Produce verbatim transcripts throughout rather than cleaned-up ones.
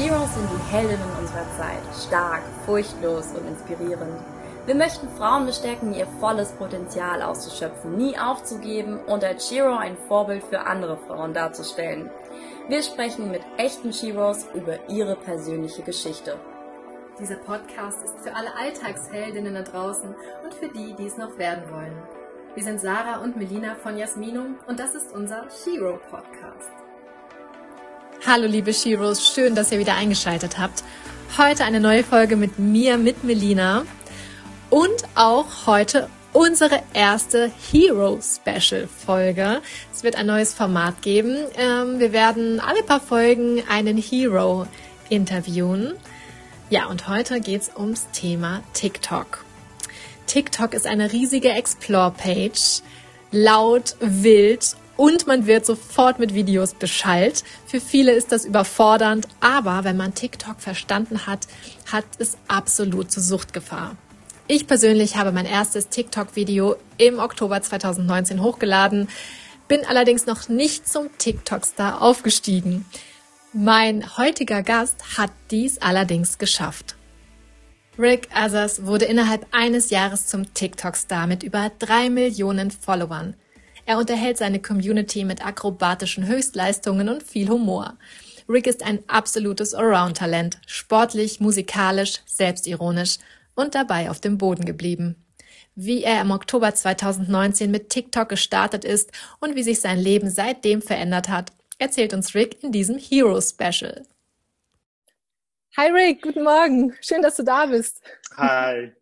Sheroes sind die Heldinnen unserer Zeit, stark, furchtlos und inspirierend. Wir möchten Frauen bestärken, ihr volles Potenzial auszuschöpfen, nie aufzugeben und als Shero ein Vorbild für andere Frauen darzustellen. Wir sprechen mit echten Sheroes über ihre persönliche Geschichte. Dieser Podcast ist für alle Alltagsheldinnen da draußen und für die, die es noch werden wollen. Wir sind Sarah und Melina von Jasminum und das ist unser Shero Podcast. Hallo liebe Sheroes, schön, dass ihr wieder eingeschaltet habt. Heute eine neue Folge mit mir, mit Melina und auch heute unsere erste Hero-Special-Folge. Es wird ein neues Format geben. Wir werden alle paar Folgen einen Hero interviewen. Ja, und heute geht's ums Thema TikTok. TikTok ist eine riesige Explore-Page, laut, wild und man wird sofort mit Videos beschallt. Für viele ist das überfordernd, aber wenn man TikTok verstanden hat, hat es absolute Suchtgefahr. Ich persönlich habe mein erstes TikTok-Video im Oktober zwanzig neunzehn hochgeladen, bin allerdings noch nicht zum TikTok-Star aufgestiegen. Mein heutiger Gast hat dies allerdings geschafft. Rick Astley wurde innerhalb eines Jahres zum TikTok-Star mit über drei Millionen Followern. Er unterhält seine Community mit akrobatischen Höchstleistungen und viel Humor. Rick ist ein absolutes Allround-Talent, sportlich, musikalisch, selbstironisch und dabei auf dem Boden geblieben. Wie er im Oktober zwanzig neunzehn mit TikTok gestartet ist und wie sich sein Leben seitdem verändert hat, erzählt uns Rick in diesem Hero Special. Hi Rick, guten Morgen. Schön, dass du da bist. Hi.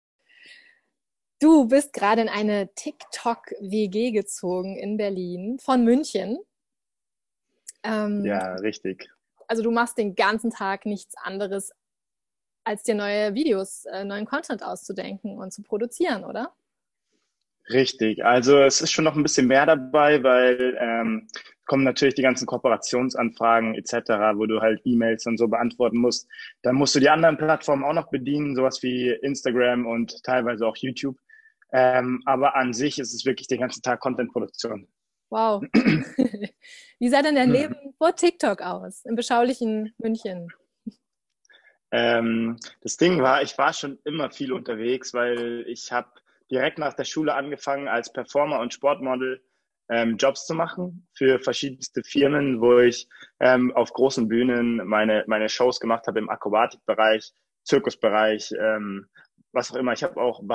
Du bist gerade in eine TikTok-W G gezogen in Berlin von München. Ähm, ja, richtig. Also du machst den ganzen Tag nichts anderes, als dir neue Videos, äh, neuen Content auszudenken und zu produzieren, oder? Richtig. Also es ist schon noch ein bisschen mehr dabei, weil ähm, kommen natürlich die ganzen Kooperationsanfragen et cetera, wo du halt E-Mails und so beantworten musst. Dann musst du die anderen Plattformen auch noch bedienen, sowas wie Instagram und teilweise auch YouTube. Ähm, aber an sich ist es wirklich den ganzen Tag Content-Produktion. Wow. Wie sah denn dein Leben vor TikTok aus, im beschaulichen München? Ähm, das Ding war, ich war schon immer viel unterwegs, weil ich habe direkt nach der Schule angefangen, als Performer und Sportmodel ähm, Jobs zu machen für verschiedenste Firmen, wo ich ähm, auf großen Bühnen meine meine Shows gemacht habe im Akrobatikbereich, Zirkusbereich, ähm, was auch immer. Ich habe auch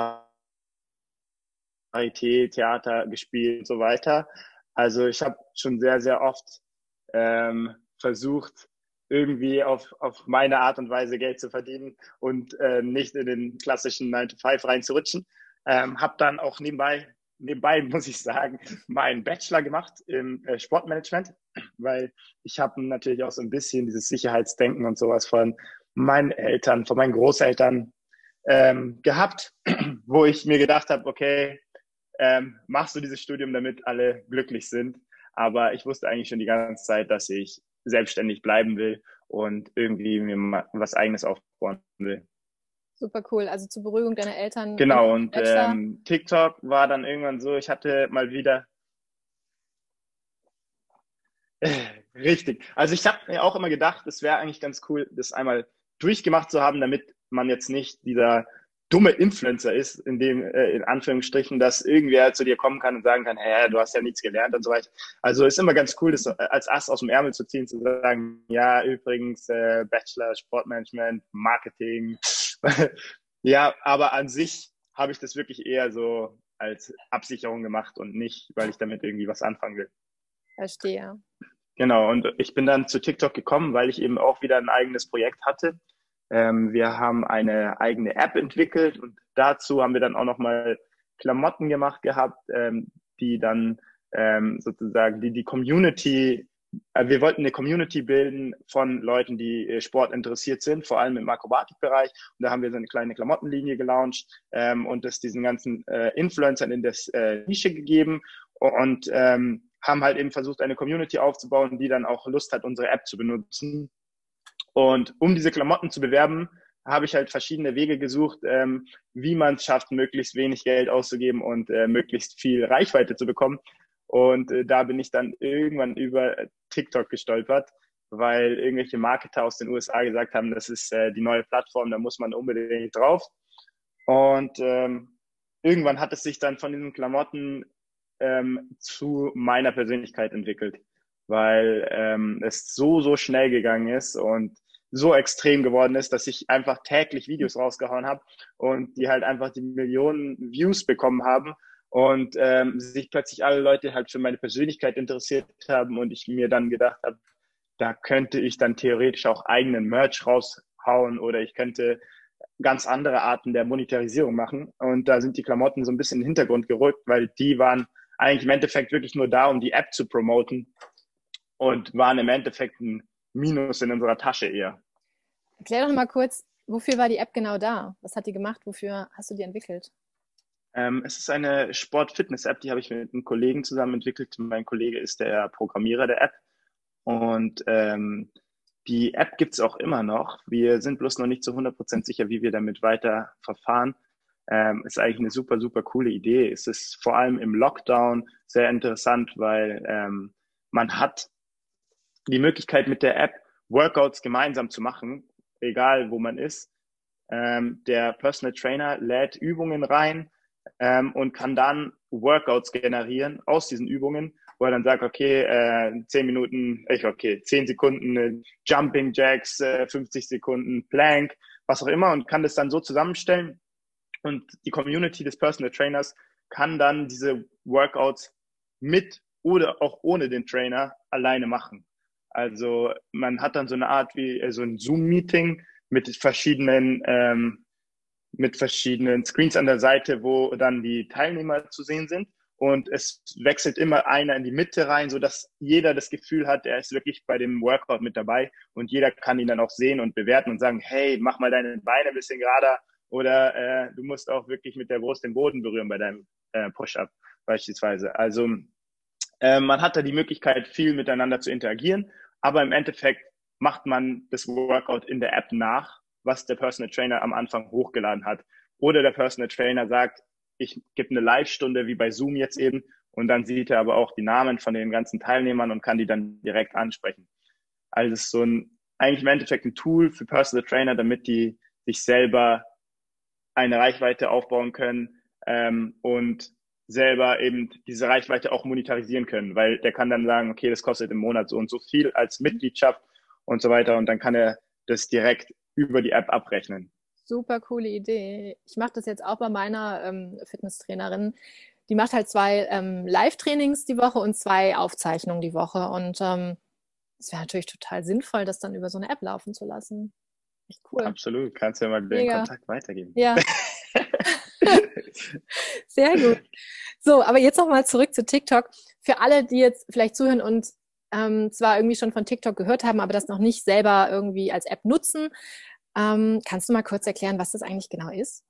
Varieté, Theater gespielt und so weiter. Also ich habe schon sehr, sehr oft ähm, versucht, irgendwie auf auf meine Art und Weise Geld zu verdienen und äh, nicht in den klassischen nine to five reinzurutschen. Ähm, habe dann auch nebenbei, nebenbei muss ich sagen, meinen Bachelor gemacht im äh, Sportmanagement, weil ich habe natürlich auch so ein bisschen dieses Sicherheitsdenken und sowas von meinen Eltern, von meinen Großeltern ähm, gehabt, wo ich mir gedacht habe, okay, ähm, machst du dieses Studium, damit alle glücklich sind. Aber ich wusste eigentlich schon die ganze Zeit, dass ich selbstständig bleiben will und irgendwie mir mal was Eigenes aufbauen will. Super cool. Also zur Beruhigung deiner Eltern. Genau, und ähm, TikTok war dann irgendwann so, ich hatte mal wieder... Richtig. Also ich habe mir auch immer gedacht, es wäre eigentlich ganz cool, das einmal durchgemacht zu haben, damit man jetzt nicht dieser dumme Influencer ist, in dem, äh, in Anführungsstrichen, dass irgendwer zu dir kommen kann und sagen kann, hä, du hast ja nichts gelernt und so weiter. Also ist immer ganz cool, das als Ass aus dem Ärmel zu ziehen, zu sagen, ja, übrigens, äh, Bachelor, Sportmanagement, Marketing. Ja, aber an sich habe ich das wirklich eher so als Absicherung gemacht und nicht, weil ich damit irgendwie was anfangen will. Verstehe. Genau, und ich bin dann zu TikTok gekommen, weil ich eben auch wieder ein eigenes Projekt hatte. Ähm, wir haben eine eigene App entwickelt und dazu haben wir dann auch nochmal Klamotten gemacht gehabt, ähm, die dann ähm, sozusagen die die Community, äh, wir wollten eine Community bilden von Leuten, die äh, Sport interessiert sind, vor allem im Akrobatikbereich. Und da haben wir so eine kleine Klamottenlinie gelauncht ähm, und das diesen ganzen äh, Influencern in das äh, Nische gegeben und ähm, haben halt eben versucht, eine Community aufzubauen, die dann auch Lust hat, unsere App zu benutzen. Und um diese Klamotten zu bewerben, habe ich halt verschiedene Wege gesucht, ähm, wie man es schafft, möglichst wenig Geld auszugeben und äh, möglichst viel Reichweite zu bekommen. Und äh, da bin ich dann irgendwann über TikTok gestolpert, weil irgendwelche Marketer aus den U S A gesagt haben, das ist äh, die neue Plattform, da muss man unbedingt drauf. Und ähm, irgendwann hat es sich dann von diesen Klamotten ähm, zu meiner Persönlichkeit entwickelt, weil ähm, es so, so schnell gegangen ist und so extrem geworden ist, dass ich einfach täglich Videos rausgehauen habe und die halt einfach die Millionen Views bekommen haben und ähm, sich plötzlich alle Leute halt für meine Persönlichkeit interessiert haben und ich mir dann gedacht habe, da könnte ich dann theoretisch auch eigenen Merch raushauen oder ich könnte ganz andere Arten der Monetarisierung machen. Und da sind die Klamotten so ein bisschen in den Hintergrund gerückt, weil die waren eigentlich im Endeffekt wirklich nur da, um die App zu promoten und waren im Endeffekt ein Minus in unserer Tasche eher. Erklär doch mal kurz, wofür war die App genau da? Was hat die gemacht? Wofür hast du die entwickelt? Ähm, es ist eine Sport-Fitness-App, die habe ich mit einem Kollegen zusammen entwickelt. Mein Kollege ist der Programmierer der App. Und ähm, die App gibt's auch immer noch. Wir sind bloß noch nicht zu hundert Prozent sicher, wie wir damit weiter verfahren. Ähm, ist eigentlich eine super, super coole Idee. Es ist vor allem im Lockdown sehr interessant, weil ähm, man hat die Möglichkeit mit der App Workouts gemeinsam zu machen, egal wo man ist. Ähm, der Personal Trainer lädt Übungen rein ähm, und kann dann Workouts generieren aus diesen Übungen, wo er dann sagt, okay, äh, zehn Minuten, ich okay, zehn Sekunden äh, Jumping Jacks, äh, fünfzig Sekunden Plank, was auch immer und kann das dann so zusammenstellen. Und die Community des Personal Trainers kann dann diese Workouts mit oder auch ohne den Trainer alleine machen. Also man hat dann so eine Art wie äh, so ein Zoom-Meeting mit verschiedenen ähm, mit verschiedenen Screens an der Seite, wo dann die Teilnehmer zu sehen sind. Und es wechselt immer einer in die Mitte rein, so dass jeder das Gefühl hat, er ist wirklich bei dem Workout mit dabei und jeder kann ihn dann auch sehen und bewerten und sagen, hey, mach mal deine Beine ein bisschen gerader oder äh, du musst auch wirklich mit der Brust den Boden berühren bei deinem äh, Push-Up beispielsweise. Also äh, man hat da die Möglichkeit, viel miteinander zu interagieren, aber im Endeffekt macht man das Workout in der App nach, was der Personal Trainer am Anfang hochgeladen hat. Oder der Personal Trainer sagt, ich gebe eine Live-Stunde wie bei Zoom jetzt eben und dann sieht er aber auch die Namen von den ganzen Teilnehmern und kann die dann direkt ansprechen. Also es ist so ein, eigentlich im Endeffekt ein Tool für Personal Trainer, damit die sich selber eine Reichweite aufbauen können ähm, und selber eben diese Reichweite auch monetarisieren können, weil der kann dann sagen, okay, das kostet im Monat so und so viel als Mitgliedschaft und so weiter und dann kann er das direkt über die App abrechnen. Super coole Idee. Ich mache das jetzt auch bei meiner ähm, Fitnesstrainerin. Die macht halt zwei ähm, Live-Trainings die Woche und zwei Aufzeichnungen die Woche. Und ähm, es wäre natürlich total sinnvoll, das dann über so eine App laufen zu lassen. Echt cool. Absolut. Kannst du ja mal den Mega. Kontakt weitergeben. Ja. Sehr gut. So, aber jetzt nochmal zurück zu TikTok. Für alle, die jetzt vielleicht zuhören und ähm, zwar irgendwie schon von TikTok gehört haben, aber das noch nicht selber irgendwie als App nutzen, ähm, kannst du mal kurz erklären, was das eigentlich genau ist?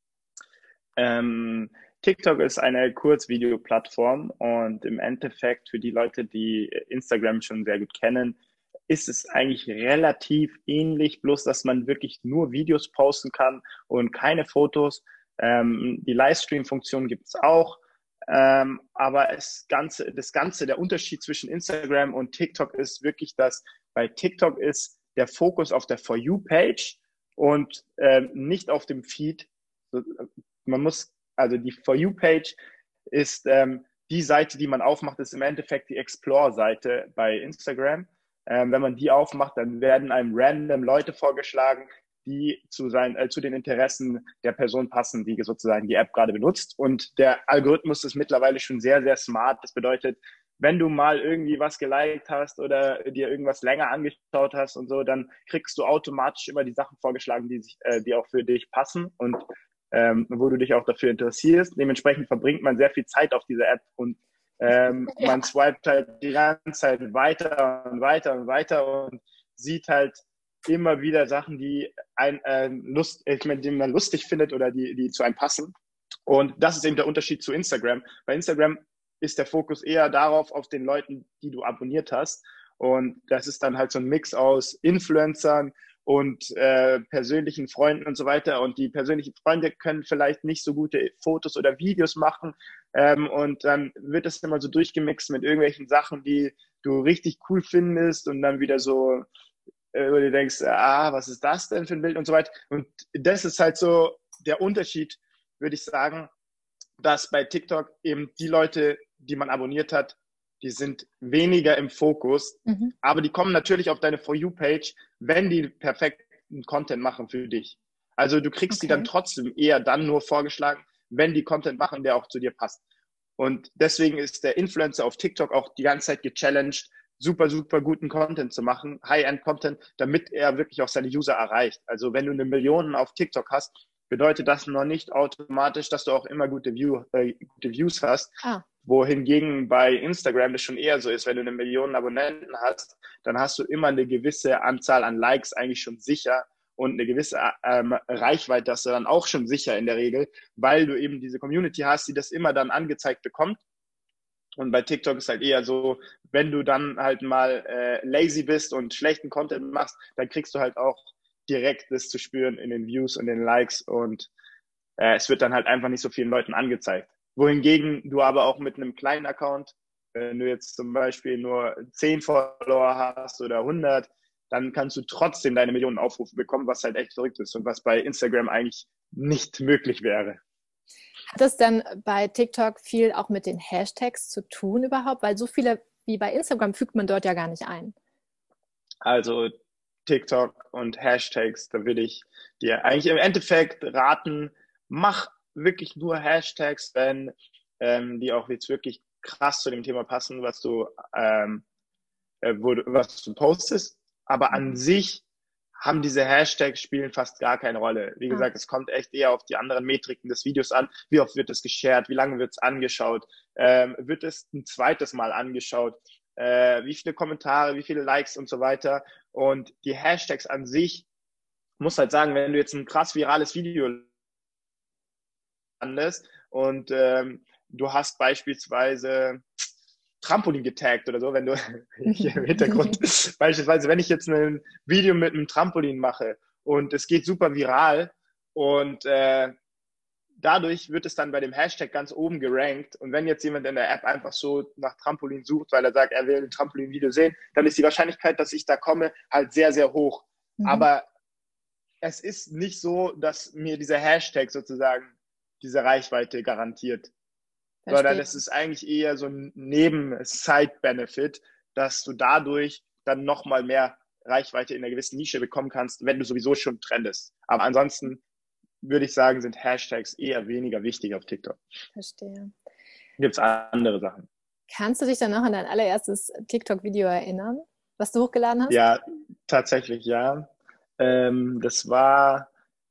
Ähm, TikTok ist eine Kurzvideo-Plattform und im Endeffekt für die Leute, die Instagram schon sehr gut kennen, ist es eigentlich relativ ähnlich, bloß dass man wirklich nur Videos posten kann und keine Fotos. Ähm, die Livestream-Funktion gibt es auch, ähm, aber das Ganze, das Ganze, der Unterschied zwischen Instagram und TikTok ist wirklich, dass bei TikTok ist der Fokus auf der For You-Page und ähm, nicht auf dem Feed. Man muss, also die For You-Page ist ähm, die Seite, die man aufmacht, ist im Endeffekt die Explore-Seite bei Instagram. Ähm, wenn man die aufmacht, dann werden einem random Leute vorgeschlagen, die zu, sein, äh, zu den Interessen der Person passen, die sozusagen die App gerade benutzt. Und der Algorithmus ist mittlerweile schon sehr, sehr smart. Das bedeutet, wenn du mal irgendwie was geliked hast oder dir irgendwas länger angeschaut hast und so, dann kriegst du automatisch immer die Sachen vorgeschlagen, die, sich, äh, die auch für dich passen und ähm, wo du dich auch dafür interessierst. Dementsprechend verbringt man sehr viel Zeit auf dieser App und ähm, ja. man swiped halt die ganze Zeit weiter und weiter und weiter und sieht halt immer wieder Sachen, die ein äh, Lust, ich meine, die man lustig findet oder die, die zu einem passen. Und das ist eben der Unterschied zu Instagram. Bei Instagram ist der Fokus eher darauf, auf den Leuten, die du abonniert hast. Und das ist dann halt so ein Mix aus Influencern und äh, persönlichen Freunden und so weiter. Und die persönlichen Freunde können vielleicht nicht so gute Fotos oder Videos machen. Ähm, und dann wird das immer so durchgemixt mit irgendwelchen Sachen, die du richtig cool findest und dann wieder so, äh, wo du denkst, ah, was ist das denn für ein Bild und so weiter. Und das ist halt so der Unterschied, würde ich sagen, dass bei TikTok eben die Leute, die man abonniert hat, die sind weniger im Fokus, mhm. aber die kommen natürlich auf deine For You-Page, wenn die perfekten Content machen für dich. Also du kriegst okay. die dann trotzdem eher dann nur vorgeschlagen, wenn die Content machen, der auch zu dir passt. Und deswegen ist der Influencer auf TikTok auch die ganze Zeit gechallenged, super, super guten Content zu machen, High-End-Content, damit er wirklich auch seine User erreicht. Also wenn du eine Million auf TikTok hast, bedeutet das noch nicht automatisch, dass du auch immer gute, View, äh, gute Views hast. Ah. Wohingegen bei Instagram das schon eher so ist, wenn du eine Million Abonnenten hast, dann hast du immer eine gewisse Anzahl an Likes eigentlich schon sicher und eine gewisse ähm, Reichweite hast du dann auch schon sicher in der Regel, weil du eben diese Community hast, die das immer dann angezeigt bekommt. Und bei TikTok ist halt eher so, wenn du dann halt mal äh, lazy bist und schlechten Content machst, dann kriegst du halt auch direkt das zu spüren in den Views und den Likes und äh, es wird dann halt einfach nicht so vielen Leuten angezeigt. Wohingegen du aber auch mit einem kleinen Account, wenn du jetzt zum Beispiel nur zehn Follower hast oder hundert, dann kannst du trotzdem deine Millionen Aufrufe bekommen, was halt echt verrückt ist und was bei Instagram eigentlich nicht möglich wäre. Hat das dann bei TikTok viel auch mit den Hashtags zu tun überhaupt? Weil so viele wie bei Instagram fügt man dort ja gar nicht ein. Also TikTok und Hashtags, da würde ich dir eigentlich im Endeffekt raten, mach wirklich nur Hashtags, wenn ähm, die auch jetzt wirklich krass zu dem Thema passen, was du, ähm, äh, wo du was du postest. Aber an sich haben diese Hashtags spielen fast gar keine Rolle. Wie gesagt, ah. es kommt echt eher auf die anderen Metriken des Videos an. Wie oft wird es geshared? Wie lange wird es angeschaut? Ähm, wird es ein zweites Mal angeschaut? Äh, wie viele Kommentare, wie viele Likes und so weiter. Und die Hashtags an sich, muss halt sagen, wenn du jetzt ein krass virales Video landest und ähm, du hast beispielsweise Trampolin getaggt oder so, wenn du hier im Hintergrund beispielsweise, wenn ich jetzt ein Video mit einem Trampolin mache und es geht super viral und äh, dadurch wird es dann bei dem Hashtag ganz oben gerankt. Und wenn jetzt jemand in der App einfach so nach Trampolin sucht, weil er sagt, er will ein Trampolin-Video sehen, dann ist die Wahrscheinlichkeit, dass ich da komme, halt sehr, sehr hoch. Mhm. Aber es ist nicht so, dass mir dieser Hashtag sozusagen diese Reichweite garantiert. Verstehe. Sondern es ist eigentlich eher so ein Neben-Side-Benefit, dass du dadurch dann nochmal mehr Reichweite in einer gewissen Nische bekommen kannst, wenn du sowieso schon trendest. Aber ansonsten würde ich sagen, sind Hashtags eher weniger wichtig auf TikTok. Verstehe. Gibt es andere Sachen. Kannst du dich dann noch an dein allererstes TikTok-Video erinnern, was du hochgeladen hast? Ja, tatsächlich ja. Ähm, das war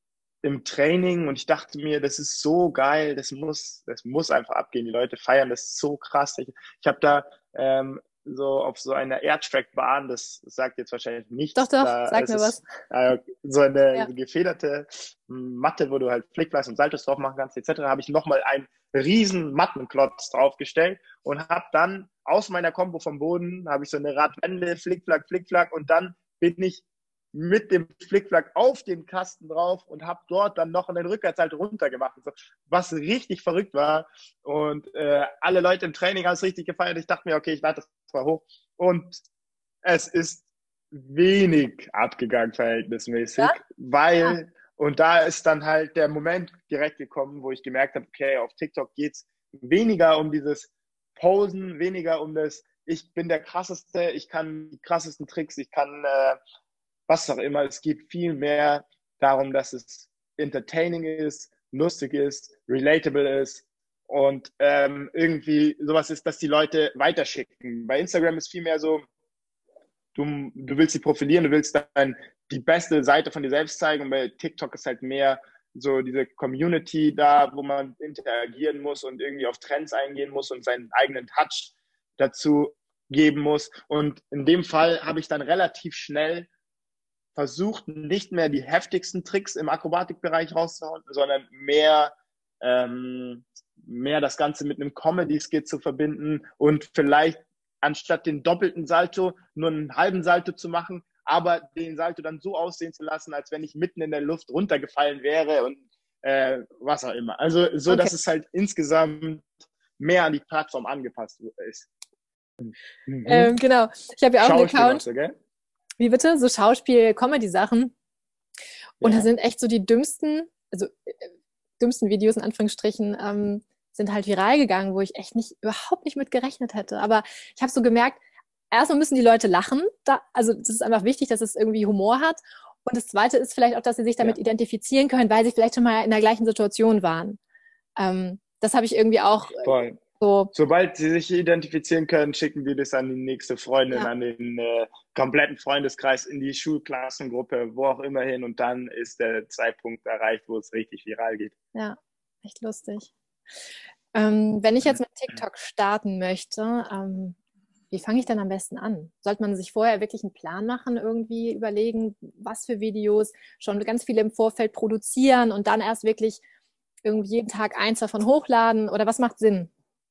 im Training und ich dachte mir, das ist so geil, das muss, das muss einfach abgehen. Die Leute feiern das so krass. Ich, ich habe da ähm, so auf so einer Airtrack-Bahn, das sagt jetzt wahrscheinlich nichts. Doch, doch, da, sag mir ist, was. Äh, so eine ja. gefederte Matte, wo du halt Flickfleisch und Saltos drauf machen kannst, et cetera, habe ich nochmal einen riesen Mattenklotz draufgestellt und habe dann aus meiner Combo vom Boden, habe ich so eine Radwende, Flickflack, Flickflack und dann bin ich mit dem Flickflack auf den Kasten drauf und habe dort dann noch einen Rückwärtssalto runtergemacht, was richtig verrückt war. Und äh, alle Leute im Training haben es richtig gefeiert. Ich dachte mir, okay, ich lade das mal hoch. Und es ist wenig abgegangen verhältnismäßig, ja? weil, ah. und da ist dann halt der Moment direkt gekommen, wo ich gemerkt habe, okay, auf TikTok geht's weniger um dieses Posen, weniger um das, ich bin der Krasseste, ich kann die krassesten Tricks, ich kann äh, was auch immer. Es geht viel mehr darum, dass es entertaining ist, lustig ist, relatable ist und ähm, irgendwie sowas ist, dass die Leute weiterschicken. Bei Instagram ist viel mehr so, du, du willst dich profilieren, du willst dann die beste Seite von dir selbst zeigen und bei TikTok ist halt mehr so diese Community da, wo man interagieren muss und irgendwie auf Trends eingehen muss und seinen eigenen Touch dazu geben muss. Und in dem Fall habe ich dann relativ schnell versucht, nicht mehr die heftigsten Tricks im Akrobatikbereich rauszuhauen, sondern mehr, ähm, mehr das Ganze mit einem Comedy-Skit zu verbinden und vielleicht anstatt den doppelten Salto nur einen halben Salto zu machen, aber den Salto dann so aussehen zu lassen, als wenn ich mitten in der Luft runtergefallen wäre und äh, was auch immer. Also so, okay. Dass es halt insgesamt mehr an die Plattform angepasst ist. Mhm. Ähm, genau. Ich habe ja auch einen Schauspiel Account. machst du, gell? Wie bitte? So Schauspiel-Comedy-Sachen. Und da Ja. sind echt so die dümmsten, also äh, dümmsten Videos in Anführungsstrichen, ähm, sind halt viral gegangen, wo ich echt nicht, überhaupt nicht mit gerechnet hätte. Aber ich habe so gemerkt, erstmal müssen die Leute lachen. Da, also das ist einfach wichtig, dass es irgendwie Humor hat. Und das Zweite ist vielleicht auch, dass sie sich damit Ja. identifizieren können, weil sie vielleicht schon mal in der gleichen Situation waren. Ähm, das habe ich irgendwie auch äh, Voll. so, Sobald sie sich identifizieren können, schicken die das an die nächste Freundin, ja, an den äh, kompletten Freundeskreis, in die Schulklassengruppe, wo auch immer hin. Und dann ist der Zeitpunkt erreicht, wo es richtig viral geht. ja, echt lustig. Ähm, wenn ich jetzt mit TikTok starten möchte, ähm, wie fange ich denn am besten an? Sollte man sich vorher wirklich einen Plan machen, irgendwie überlegen, was für Videos, schon ganz viele im Vorfeld produzieren und dann erst wirklich irgendwie jeden Tag eins davon hochladen? Oder was macht Sinn?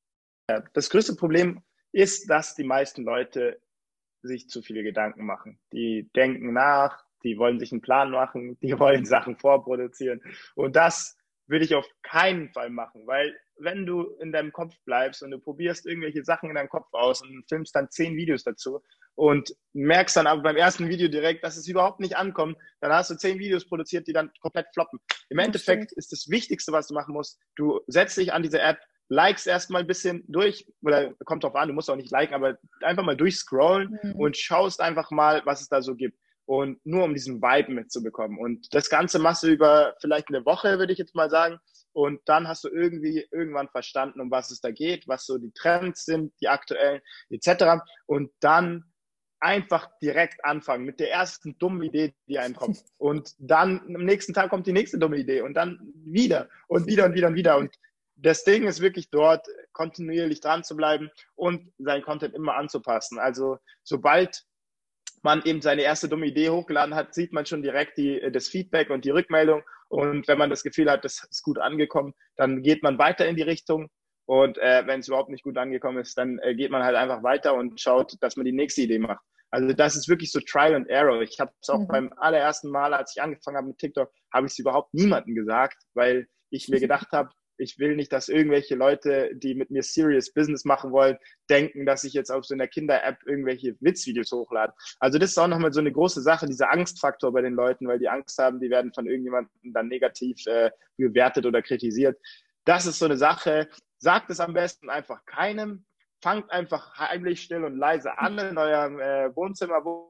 Das größte Problem ist, dass die meisten Leute sich zu viele Gedanken machen. Die denken nach, die wollen sich einen Plan machen, die wollen Sachen vorproduzieren. Und das würde ich auf keinen Fall machen, weil wenn du in deinem Kopf bleibst und du probierst irgendwelche Sachen in deinem Kopf aus und filmst dann zehn Videos dazu und merkst dann aber beim ersten Video direkt, dass es überhaupt nicht ankommt, dann hast du zehn Videos produziert, die dann komplett floppen. Im Ja, Endeffekt stimmt. ist das Wichtigste, was du machen musst, du setzt dich an diese App, likes erstmal ein bisschen durch, oder kommt drauf an, du musst auch nicht liken, aber einfach mal durchscrollen Mhm. und schaust einfach mal, was es da so gibt. Und nur um diesen Vibe mitzubekommen. Und das Ganze machst du über vielleicht eine Woche, würde ich jetzt mal sagen. Und dann hast du irgendwie irgendwann verstanden, um was es da geht, was so die Trends sind, die aktuellen, et cetera. Und dann einfach direkt anfangen mit der ersten dummen Idee, die einem kommt. Und dann am nächsten Tag kommt die nächste dumme Idee und dann wieder und wieder und wieder und wieder. Und das Ding ist wirklich dort, kontinuierlich dran zu bleiben und seinen Content immer anzupassen. Also sobald man eben seine erste dumme Idee hochgeladen hat, sieht man schon direkt die, das Feedback und die Rückmeldung. Und wenn man das Gefühl hat, das ist gut angekommen, dann geht man weiter in die Richtung. Und äh, wenn es überhaupt nicht gut angekommen ist, dann äh, geht man halt einfach weiter und schaut, dass man die nächste Idee macht. Also das ist wirklich so Trial and Error. Ich habe es auch Mhm. beim allerersten Mal, als ich angefangen habe mit TikTok, habe ich es überhaupt niemandem gesagt, weil ich mir gedacht habe, ich will nicht, dass irgendwelche Leute, die mit mir Serious Business machen wollen, denken, dass ich jetzt auf so einer Kinder-App irgendwelche Witzvideos hochlade. Also das ist auch nochmal so eine große Sache, dieser Angstfaktor bei den Leuten, weil die Angst haben, die werden von irgendjemandem dann negativ äh, bewertet oder kritisiert. Das ist so eine Sache. Sagt es am besten einfach keinem. Fangt einfach heimlich still und leise an in eurem äh, Wohnzimmer, wo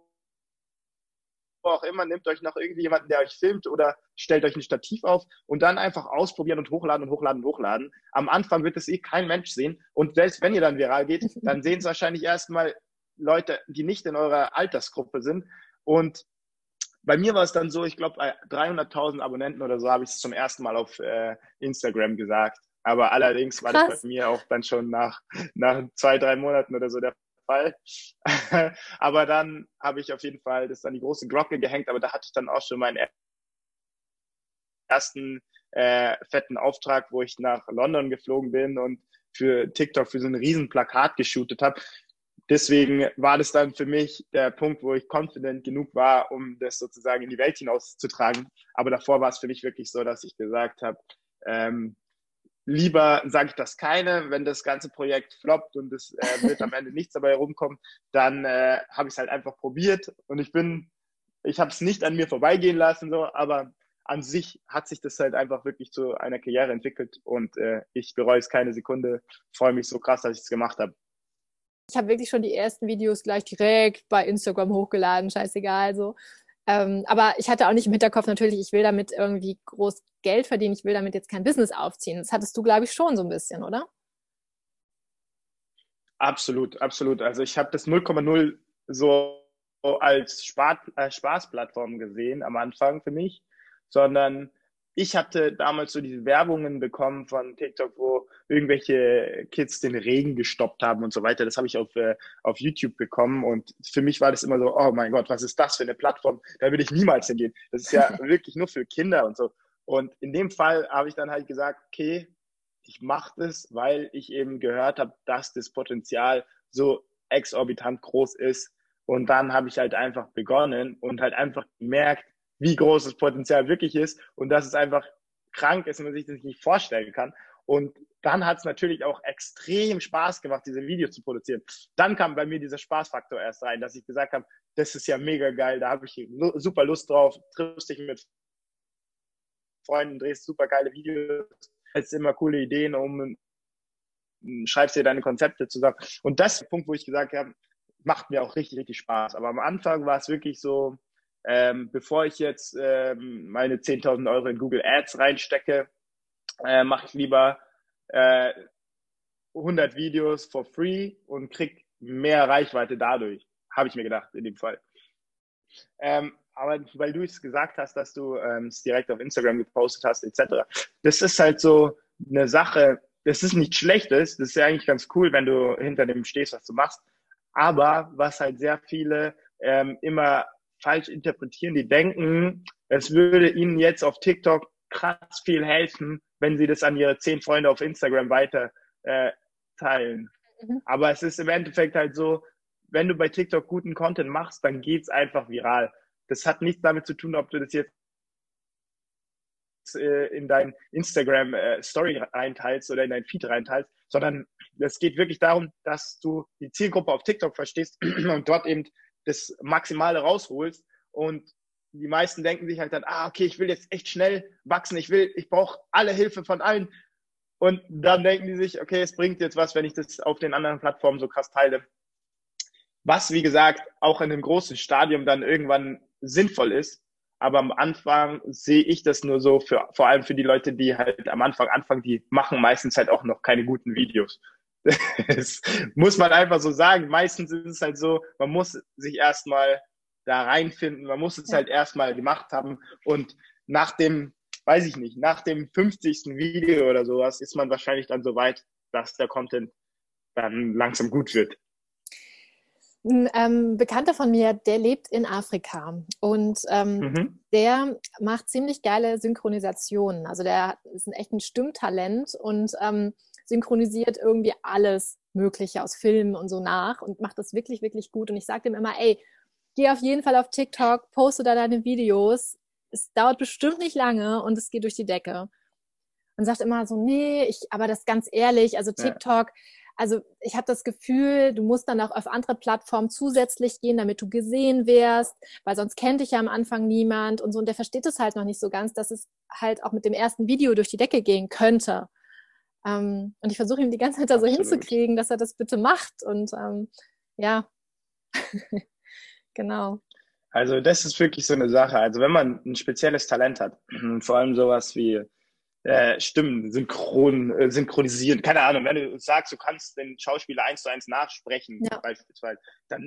auch immer, nehmt euch noch irgendwie jemanden, der euch filmt oder stellt euch ein Stativ auf und dann einfach ausprobieren und hochladen und hochladen und hochladen. Am Anfang wird es eh kein Mensch sehen und selbst wenn ihr dann viral geht, dann sehen es wahrscheinlich erstmal Leute, die nicht in eurer Altersgruppe sind. Und bei mir war es dann so, ich glaube, bei dreihunderttausend Abonnenten oder so habe ich es zum ersten Mal auf äh, Instagram gesagt. Aber allerdings war das Krass. bei mir auch dann schon nach, nach zwei, drei Monaten oder so der Fall. Aber dann habe ich auf jeden Fall das an die große Glocke gehängt, aber da hatte ich dann auch schon meinen ersten äh, fetten Auftrag, wo ich nach London geflogen bin und für TikTok für so ein riesen Plakat geshootet habe. Deswegen war das dann für mich der Punkt, wo ich confident genug war, um das sozusagen in die Welt hinauszutragen. Aber davor war es für mich wirklich so, dass ich gesagt habe, ähm, lieber sage ich das keine, wenn das ganze Projekt floppt und es äh, wird am Ende nichts dabei herumkommen, dann äh, habe ich es halt einfach probiert und ich bin, ich habe es nicht an mir vorbeigehen lassen, so, aber an sich hat sich das halt einfach wirklich zu einer Karriere entwickelt und äh, ich bereue es keine Sekunde, freue mich so krass, dass ich es gemacht habe. Ich habe wirklich schon die ersten Videos gleich direkt bei Instagram hochgeladen, scheißegal so. Ähm, aber ich hatte auch nicht im Hinterkopf natürlich, ich will damit irgendwie groß Geld verdienen, ich will damit jetzt kein Business aufziehen. Das hattest du, glaube ich, schon so ein bisschen, oder? Absolut, absolut. Also ich habe das null Komma null so als Spaß, äh, Spaßplattform gesehen am Anfang für mich, sondern ich hatte damals so diese Werbungen bekommen von TikTok, wo irgendwelche Kids den Regen gestoppt haben und so weiter. Das habe ich auf, äh, auf YouTube bekommen und für mich war das immer so, oh mein Gott, was ist das für eine Plattform? Da will ich niemals hingehen. Das ist ja wirklich nur für Kinder und so. Und in dem Fall habe ich dann halt gesagt, okay, ich mache das, weil ich eben gehört habe, dass das Potenzial so exorbitant groß ist. Und dann habe ich halt einfach begonnen und halt einfach gemerkt, wie groß das Potenzial wirklich ist und dass es einfach krank ist und man sich das nicht vorstellen kann. Und dann hat es natürlich auch extrem Spaß gemacht, diese Videos zu produzieren. Dann kam bei mir dieser Spaßfaktor erst rein, dass ich gesagt habe, das ist ja mega geil, da habe ich super Lust drauf, triffst dich mit Freunden, drehst super geile Videos, hast immer coole Ideen, um schreibst dir deine Konzepte zusammen. Und das ist der Punkt, wo ich gesagt habe, macht mir auch richtig, richtig Spaß. Aber am Anfang war es wirklich so, ähm, bevor ich jetzt ähm, meine zehntausend Euro in Google Ads reinstecke, äh, mache ich lieber äh, hundert Videos for free und krieg mehr Reichweite dadurch, habe ich mir gedacht in dem Fall. Ähm, aber weil du es gesagt hast, dass du ähm, es direkt auf Instagram gepostet hast, et cetera. Das ist halt so eine Sache, das ist nichts Schlechtes, das ist ja eigentlich ganz cool, wenn du hinter dem stehst, was du machst. Aber was halt sehr viele ähm, immer falsch interpretieren, die denken, es würde ihnen jetzt auf TikTok krass viel helfen, wenn sie das an ihre zehn Freunde auf Instagram weiter äh, teilen. Mhm. Aber es ist im Endeffekt halt so, wenn du bei TikTok guten Content machst, dann geht's einfach viral. Das hat nichts damit zu tun, ob du das jetzt äh, in dein Instagram äh, Story reinteilst oder in dein Feed reinteilst, sondern es geht wirklich darum, dass du die Zielgruppe auf TikTok verstehst und dort eben das Maximale rausholst. Und die meisten denken sich halt dann, ah, okay, ich will jetzt echt schnell wachsen, ich will, ich brauche alle Hilfe von allen. Und dann denken die sich, okay, es bringt jetzt was, wenn ich das auf den anderen Plattformen so krass teile. Was, wie gesagt, auch in einem großen Stadium dann irgendwann sinnvoll ist. Aber am Anfang sehe ich das nur so, für, vor allem für die Leute, die halt am Anfang anfangen, die machen meistens halt auch noch keine guten Videos. Das muss man einfach so sagen. Meistens ist es halt so, man muss sich erstmal da reinfinden, man muss es halt erstmal gemacht haben. Und nach dem, weiß ich nicht, nach dem fünfzigsten Video oder sowas ist man wahrscheinlich dann so weit, dass der Content dann langsam gut wird. Ein ähm, Bekannter von mir, der lebt in Afrika und ähm, mhm. der macht ziemlich geile Synchronisationen. Also der ist ein echt ein Stimmtalent und ähm, synchronisiert irgendwie alles Mögliche aus Filmen und so nach und macht das wirklich, wirklich gut. Und ich sage dem immer, ey, geh auf jeden Fall auf TikTok, poste da deine Videos. Es dauert bestimmt nicht lange und es geht durch die Decke. Und sagt immer so, nee, ich, aber das ganz ehrlich, also TikTok, ja. Also ich habe das Gefühl, du musst dann auch auf andere Plattformen zusätzlich gehen, damit du gesehen wirst, weil sonst kennt dich ja am Anfang niemand und so. Und der versteht es halt noch nicht so ganz, dass es halt auch mit dem ersten Video durch die Decke gehen könnte. Ähm, und ich versuche ihm die ganze Zeit da so Absolut. hinzukriegen, dass er das bitte macht. Und ähm, ja, genau. Also das ist wirklich so eine Sache. Also wenn man ein spezielles Talent hat, vor allem sowas wie Äh, Stimmen synchron, äh, synchronisieren. Keine Ahnung, wenn du sagst, du kannst den Schauspieler eins zu eins nachsprechen, ja. beispielsweise, dann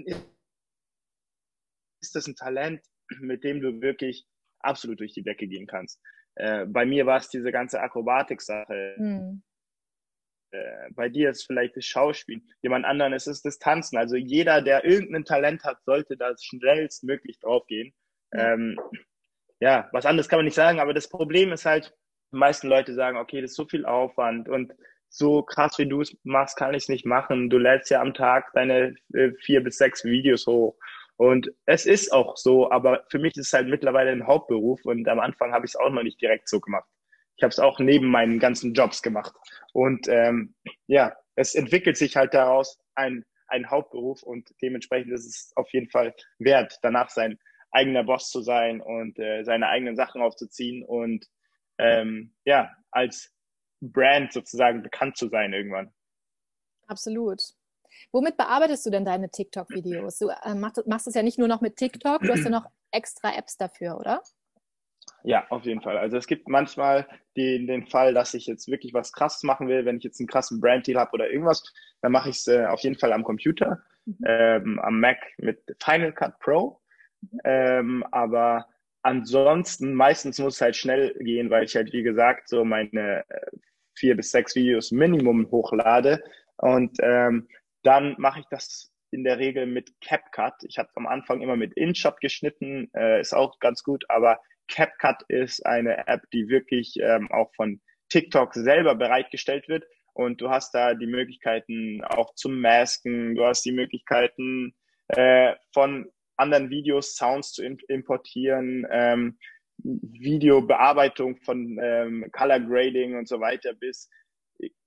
ist das ein Talent, mit dem du wirklich absolut durch die Decke gehen kannst. Äh, bei mir war es diese ganze Akrobatik-Sache. Hm. Äh, bei dir ist vielleicht das Schauspiel. Jemand anderen ist es das Tanzen. Also jeder, der irgendein Talent hat, sollte da schnellstmöglich draufgehen. Ja. Ähm, ja, was anderes kann man nicht sagen, aber das Problem ist halt, die meisten Leute sagen, okay, das ist so viel Aufwand und so krass wie du es machst, kann ich es nicht machen. Du lädst ja am Tag deine äh, vier bis sechs Videos hoch. Und es ist auch so, aber für mich ist es halt mittlerweile ein Hauptberuf und am Anfang habe ich es auch noch nicht direkt so gemacht. Ich habe es auch neben meinen ganzen Jobs gemacht. Und ähm, ja, es entwickelt sich halt daraus ein, ein Hauptberuf und dementsprechend ist es auf jeden Fall wert, danach sein eigener Boss zu sein und äh, seine eigenen Sachen aufzuziehen und Ähm, ja, als Brand sozusagen bekannt zu sein irgendwann. Absolut. Womit bearbeitest du denn deine TikTok-Videos? Du äh, machst, machst es ja nicht nur noch mit TikTok, du hast ja noch extra Apps dafür, oder? Ja, auf jeden Fall. Also es gibt manchmal den, den Fall, dass ich jetzt wirklich was Krasses machen will, wenn ich jetzt einen krassen Brand-Deal habe oder irgendwas, dann mache ich es äh, auf jeden Fall am Computer, mhm. ähm, am Mac mit Final Cut Pro. Mhm. Ähm, aber ansonsten, meistens muss es halt schnell gehen, weil ich halt, wie gesagt, so meine vier bis sechs Videos Minimum hochlade. Und ähm, dann mache ich das in der Regel mit CapCut. Ich habe am Anfang immer mit InShot geschnitten, äh, ist auch ganz gut, aber CapCut ist eine App, die wirklich ähm, auch von TikTok selber bereitgestellt wird. Und du hast da die Möglichkeiten auch zum Masken, du hast die Möglichkeiten äh, von anderen Videos, Sounds zu importieren, ähm, Videobearbeitung von ähm, Color Grading und so weiter bis